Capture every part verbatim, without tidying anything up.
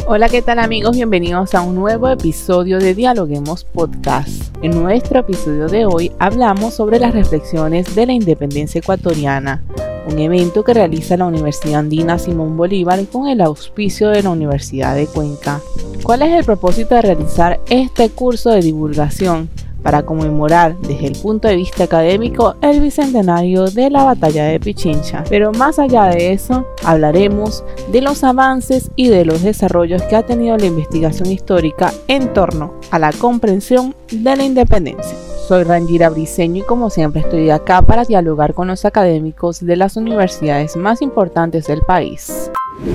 Hola, ¿qué tal amigos? Bienvenidos a un nuevo episodio de Dialoguemos Podcast. En nuestro episodio de hoy hablamos sobre las reflexiones de la independencia ecuatoriana, un evento que realiza la Universidad Andina Simón Bolívar con el auspicio de la Universidad de Cuenca. ¿Cuál es el propósito de realizar este curso de divulgación? Para conmemorar desde el punto de vista académico el bicentenario de la batalla de Pichincha. Pero más allá de eso, hablaremos de los avances y de los desarrollos que ha tenido la investigación histórica en torno a la comprensión de la independencia. Soy Rangira Briceño y como siempre estoy acá para dialogar con los académicos de las universidades más importantes del país.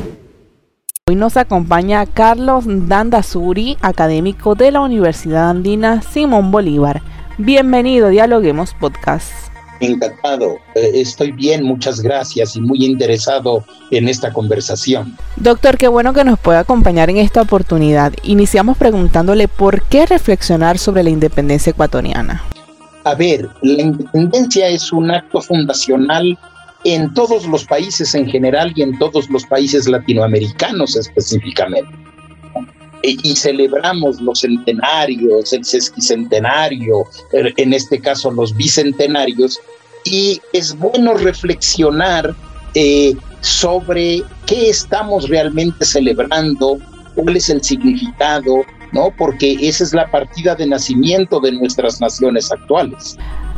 Hoy nos acompaña Carlos Dandazuri, académico de la Universidad Andina Simón Bolívar. Bienvenido a Dialoguemos Podcast. Encantado, eh, estoy bien, muchas gracias y muy interesado en esta conversación. Doctor, qué bueno que nos pueda acompañar en esta oportunidad. Iniciamos preguntándole por qué reflexionar sobre la independencia ecuatoriana. A ver, la independencia es un acto fundacional en todos los países en general y en todos los países latinoamericanos específicamente. Y celebramos los centenarios, el sesquicentenario, en este caso los bicentenarios, y es bueno reflexionar eh, sobre qué estamos realmente celebrando, cuál es el significado, ¿no? Porque esa es la partida de nacimiento de nuestras naciones actuales.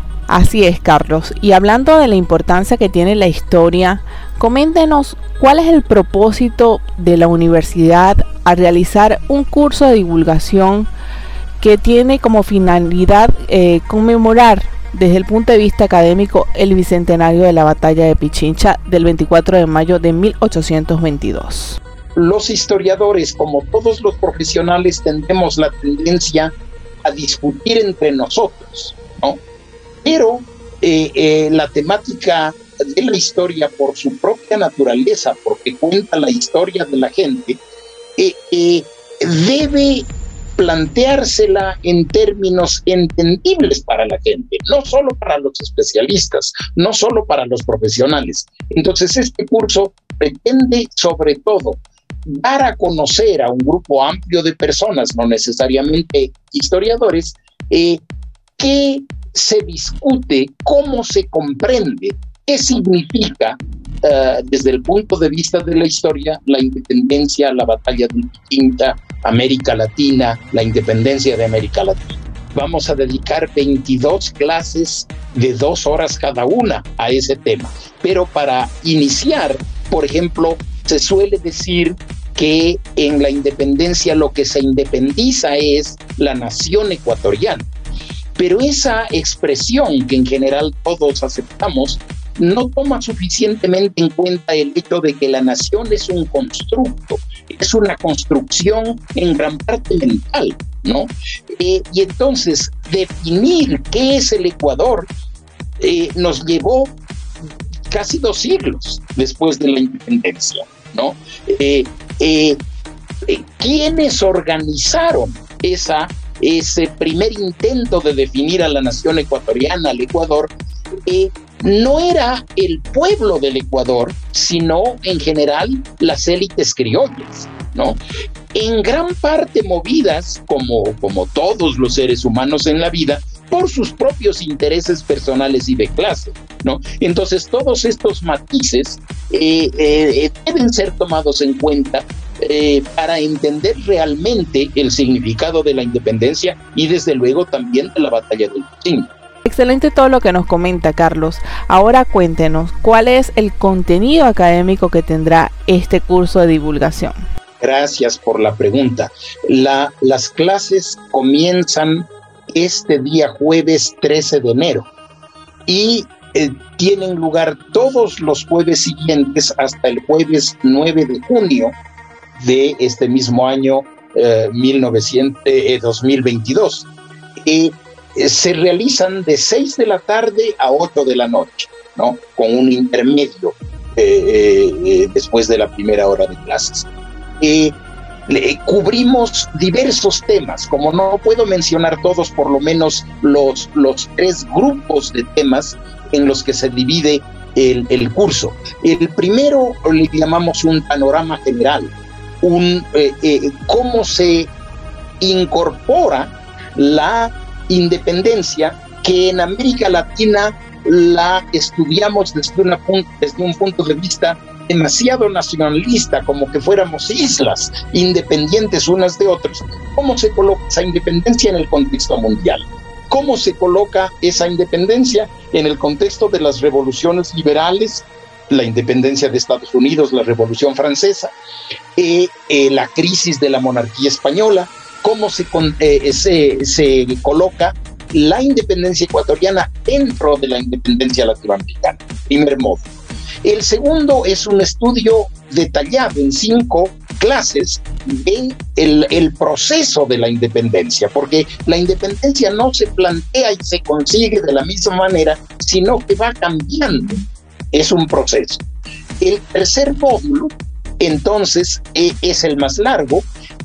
Así es, Carlos. Y hablando de la importancia que tiene la historia, coméntenos cuál es el propósito de la universidad al realizar un curso de divulgación que tiene como finalidad eh, conmemorar desde el punto de vista académico el bicentenario de la batalla de Pichincha del veinticuatro de mayo de mil ochocientos veintidós. Los historiadores, como todos los profesionales, tendemos la tendencia a discutir entre nosotros, ¿no? Pero eh, eh, la temática de la historia, por su propia naturaleza, porque cuenta la historia de la gente, eh, eh, debe planteársela en términos entendibles para la gente, no solo para los especialistas, no solo para los profesionales. Entonces, este curso pretende, sobre todo, dar a conocer a un grupo amplio de personas, no necesariamente historiadores, eh, que se discute, cómo se comprende, qué significa uh, desde el punto de vista de la historia la independencia, la batalla de Pichincha, América Latina, la independencia de América Latina. Vamos a dedicar veintidós clases de dos horas cada una a ese tema. Pero para iniciar, por ejemplo, se suele decir que en la independencia lo que se independiza es la nación ecuatoriana. Pero esa expresión que en general todos aceptamos no toma suficientemente en cuenta el hecho de que la nación es un constructo, es una construcción en gran parte mental, ¿no? Eh, y entonces definir qué es el Ecuador eh, nos llevó casi dos siglos después de la independencia, ¿no? Eh, eh, eh, ¿Quiénes organizaron esa ese primer intento de definir a la nación ecuatoriana, al Ecuador? Eh, no era el pueblo del Ecuador, sino en general las élites criollas, ¿no? En gran parte movidas, como, como todos los seres humanos en la vida, por sus propios intereses personales y de clase, ¿no? Entonces todos estos matices eh, eh, deben ser tomados en cuenta Eh, para entender realmente el significado de la independencia y desde luego también de la batalla del Pichincha. Excelente todo lo que nos comenta, Carlos. Ahora cuéntenos, ¿cuál es el contenido académico que tendrá este curso de divulgación? Gracias por la pregunta. La, las clases comienzan este día jueves trece de enero y eh, tienen lugar todos los jueves siguientes hasta el jueves nueve de junio de este mismo año eh, mil novecientos, eh, dos mil veintidós. Eh, eh, se realizan de seis de la tarde a ocho de la noche, ¿no? Con un intermedio eh, eh, después de la primera hora de clases. Eh, le, cubrimos diversos temas, como no puedo mencionar todos, por lo menos los, los tres grupos de temas en los que se divide el, el curso. El primero le llamamos un panorama general, un, eh, eh, cómo se incorpora la independencia, que en América Latina la estudiamos desde, una, desde un punto de vista demasiado nacionalista, como que fuéramos islas independientes unas de otras. ¿Cómo se coloca esa independencia en el contexto mundial? ¿Cómo se coloca esa independencia en el contexto de las revoluciones liberales, la independencia de Estados Unidos, la Revolución Francesa, eh, eh, la crisis de la monarquía española? ¿Cómo se, eh, se, se coloca la independencia ecuatoriana dentro de la independencia latinoamericana? Primer módulo. El segundo es un estudio detallado en cinco clases de el, el proceso de la independencia, porque la independencia no se plantea y se consigue de la misma manera, sino que va cambiando. Es un proceso. El tercer módulo, entonces, eh, es el más largo,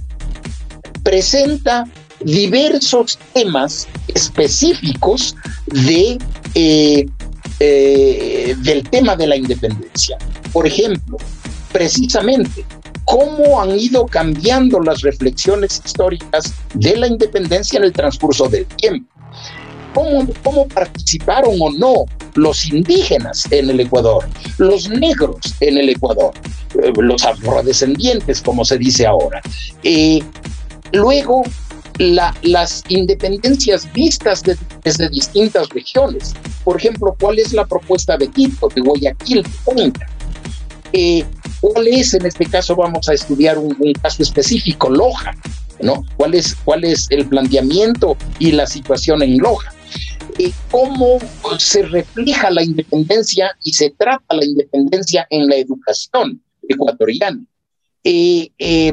presenta diversos temas específicos de, eh, eh, del tema de la independencia. Por ejemplo, precisamente, cómo han ido cambiando las reflexiones históricas de la independencia en el transcurso del tiempo. Cómo, cómo participaron o no los indígenas en el Ecuador, los negros en el Ecuador, eh, los afrodescendientes, como se dice ahora. Eh, luego, La, las independencias vistas de, desde distintas regiones. Por ejemplo, ¿cuál es la propuesta de Quito, de Guayaquil, de Cuenca? Eh, ¿Cuál es, en este caso vamos a estudiar un, un caso específico, Loja, ¿no? ¿Cuál es, cuál es el planteamiento y la situación en Loja? Eh, ¿Cómo se refleja la independencia y se trata la independencia en la educación ecuatoriana? Eh, eh,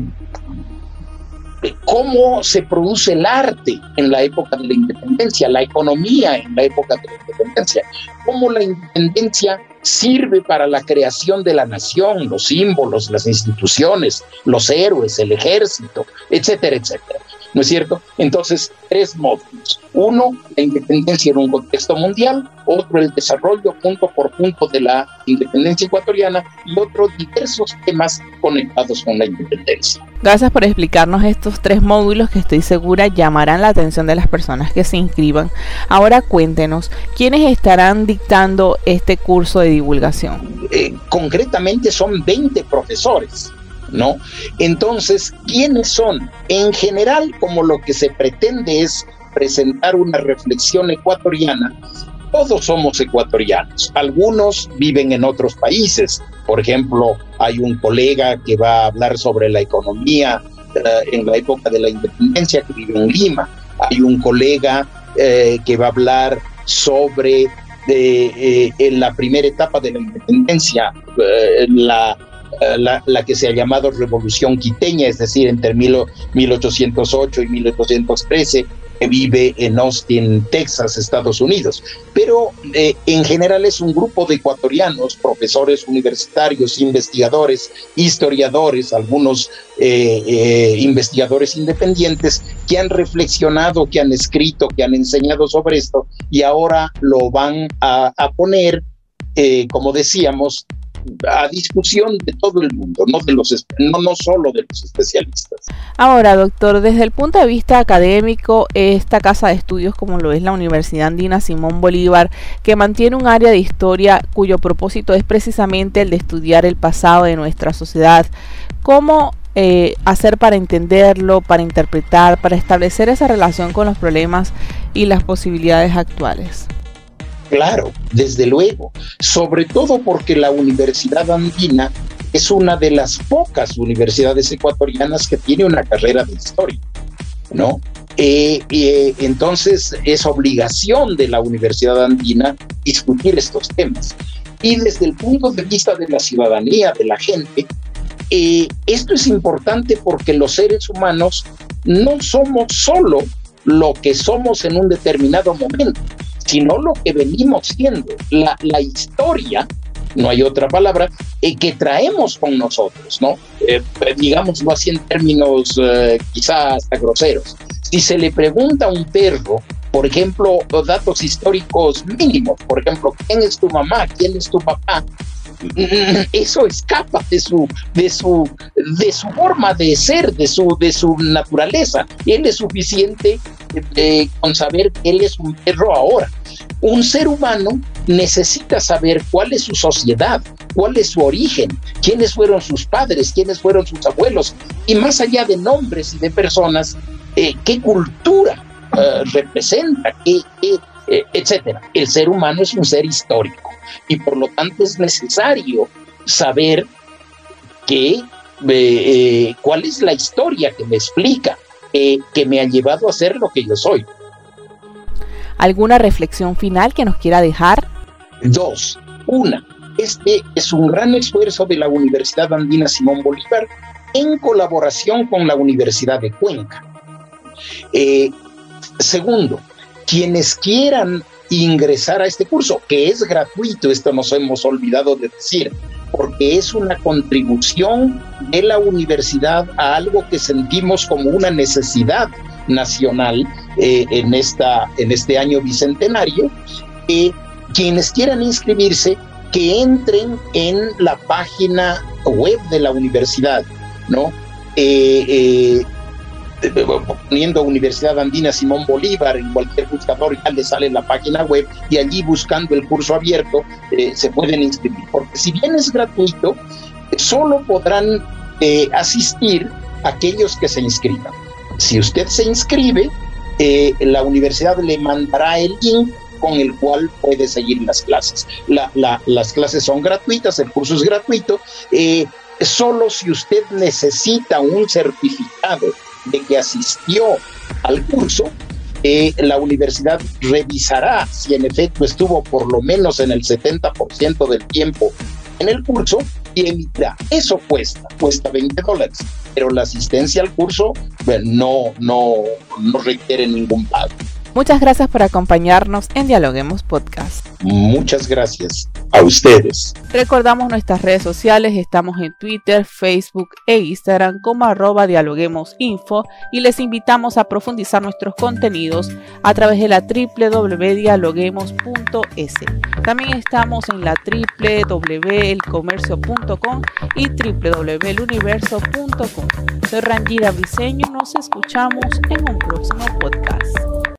cómo se produce el arte en la época de la independencia, la economía en la época de la independencia, cómo la independencia sirve para la creación de la nación, los símbolos, las instituciones, los héroes, el ejército, etcétera, etcétera. ¿No es cierto? Entonces, tres módulos. Uno, la independencia en un contexto mundial, otro, el desarrollo punto por punto de la independencia ecuatoriana, y otro, diversos temas conectados con la independencia. Gracias por explicarnos estos tres módulos que estoy segura llamarán la atención de las personas que se inscriban. Ahora cuéntenos, ¿quiénes estarán dictando este curso de divulgación? Eh, concretamente son veinte profesores, ¿no? Entonces, ¿quiénes son? En general, como lo que se pretende es presentar una reflexión ecuatoriana, todos somos ecuatorianos. Algunos viven en otros países. Por ejemplo, hay un colega que va a hablar sobre la economía uh, en la época de la independencia, que vive en Lima. Hay un colega eh, que va a hablar sobre eh, eh, en la primera etapa de la independencia, eh, la La, la que se ha llamado Revolución Quiteña, es decir, entre mil ochocientos ocho y mil ochocientos trece, que vive en Austin, Texas, Estados Unidos. Pero eh, en general es un grupo de ecuatorianos, profesores universitarios, investigadores, historiadores, algunos eh, eh, investigadores independientes que han reflexionado, que han escrito, que han enseñado sobre esto y ahora lo van a, a poner, eh, como decíamos, a discusión de todo el mundo, no, de los, no, no solo de los especialistas. Ahora, doctor, desde el punto de vista académico, esta casa de estudios como lo es la Universidad Andina Simón Bolívar, que mantiene un área de historia cuyo propósito es precisamente el de estudiar el pasado de nuestra sociedad, ¿cómo eh, hacer para entenderlo, para interpretar, para establecer esa relación con los problemas y las posibilidades actuales? Claro, desde luego, sobre todo porque la Universidad Andina es una de las pocas universidades ecuatorianas que tiene una carrera de historia, ¿no? Eh, eh, entonces es obligación de la Universidad Andina discutir estos temas. Y desde el punto de vista de la ciudadanía, de la gente, eh, esto es importante porque los seres humanos no somos solo lo que somos en un determinado momento, sino lo que venimos siendo, la, la historia, no hay otra palabra, eh, que traemos con nosotros, ¿no? Eh, digámoslo así en términos eh, quizás hasta groseros. Si se le pregunta a un perro, por ejemplo, datos históricos mínimos, por ejemplo, ¿quién es tu mamá? ¿Quién es tu papá? eso escapa de su, de su, de su forma de ser, de su, de su naturaleza. Él es suficiente eh, con saber que él es un perro ahora. Un ser humano necesita saber cuál es su sociedad, cuál es su origen, quiénes fueron sus padres, quiénes fueron sus abuelos, y más allá de nombres y de personas, eh, qué cultura eh, representa, qué, qué, eh, etcétera. El ser humano es un ser histórico y por lo tanto es necesario saber que, eh, eh, cuál es la historia que me explica, eh, que me ha llevado a ser lo que yo soy. ¿Alguna reflexión final que nos quiera dejar? Dos. Una, este es un gran esfuerzo de la Universidad Andina Simón Bolívar en colaboración con la Universidad de Cuenca. Eh, segundo, quienes quieran ingresar a este curso, que es gratuito, esto nos hemos olvidado de decir, porque es una contribución de la universidad a algo que sentimos como una necesidad nacional eh, en, esta, en este año bicentenario. Eh, quienes quieran inscribirse, que entren en la página web de la universidad, ¿no? Eh, eh, poniendo Universidad Andina Simón Bolívar en cualquier buscador, ya le sale la página web, y allí buscando el curso abierto eh, se pueden inscribir, porque si bien es gratuito, solo podrán eh, asistir aquellos que se inscriban. Si usted se inscribe, eh, la universidad le mandará el link con el cual puede seguir las clases. La, la, las clases son gratuitas, el curso es gratuito. Eh, solo si usted necesita un certificado de que asistió al curso, eh, la universidad revisará si en efecto estuvo por lo menos en el setenta por ciento del tiempo en el curso y emitirá. Eso cuesta, cuesta veinte dólares, pero la asistencia al curso bueno, no, no, no requiere ningún pago. Muchas gracias por acompañarnos en Dialoguemos Podcast. Muchas gracias a ustedes. Recordamos nuestras redes sociales, estamos en Twitter, Facebook e Instagram como arroba dialoguemosinfo y les invitamos a profundizar nuestros contenidos a través de la doble u doble u doble u punto dialoguemos punto es. También estamos en la doble u doble u doble u punto el comercio punto com y doble u doble u doble u punto el universo punto com. Soy Rangira Briceño y nos escuchamos en un próximo podcast.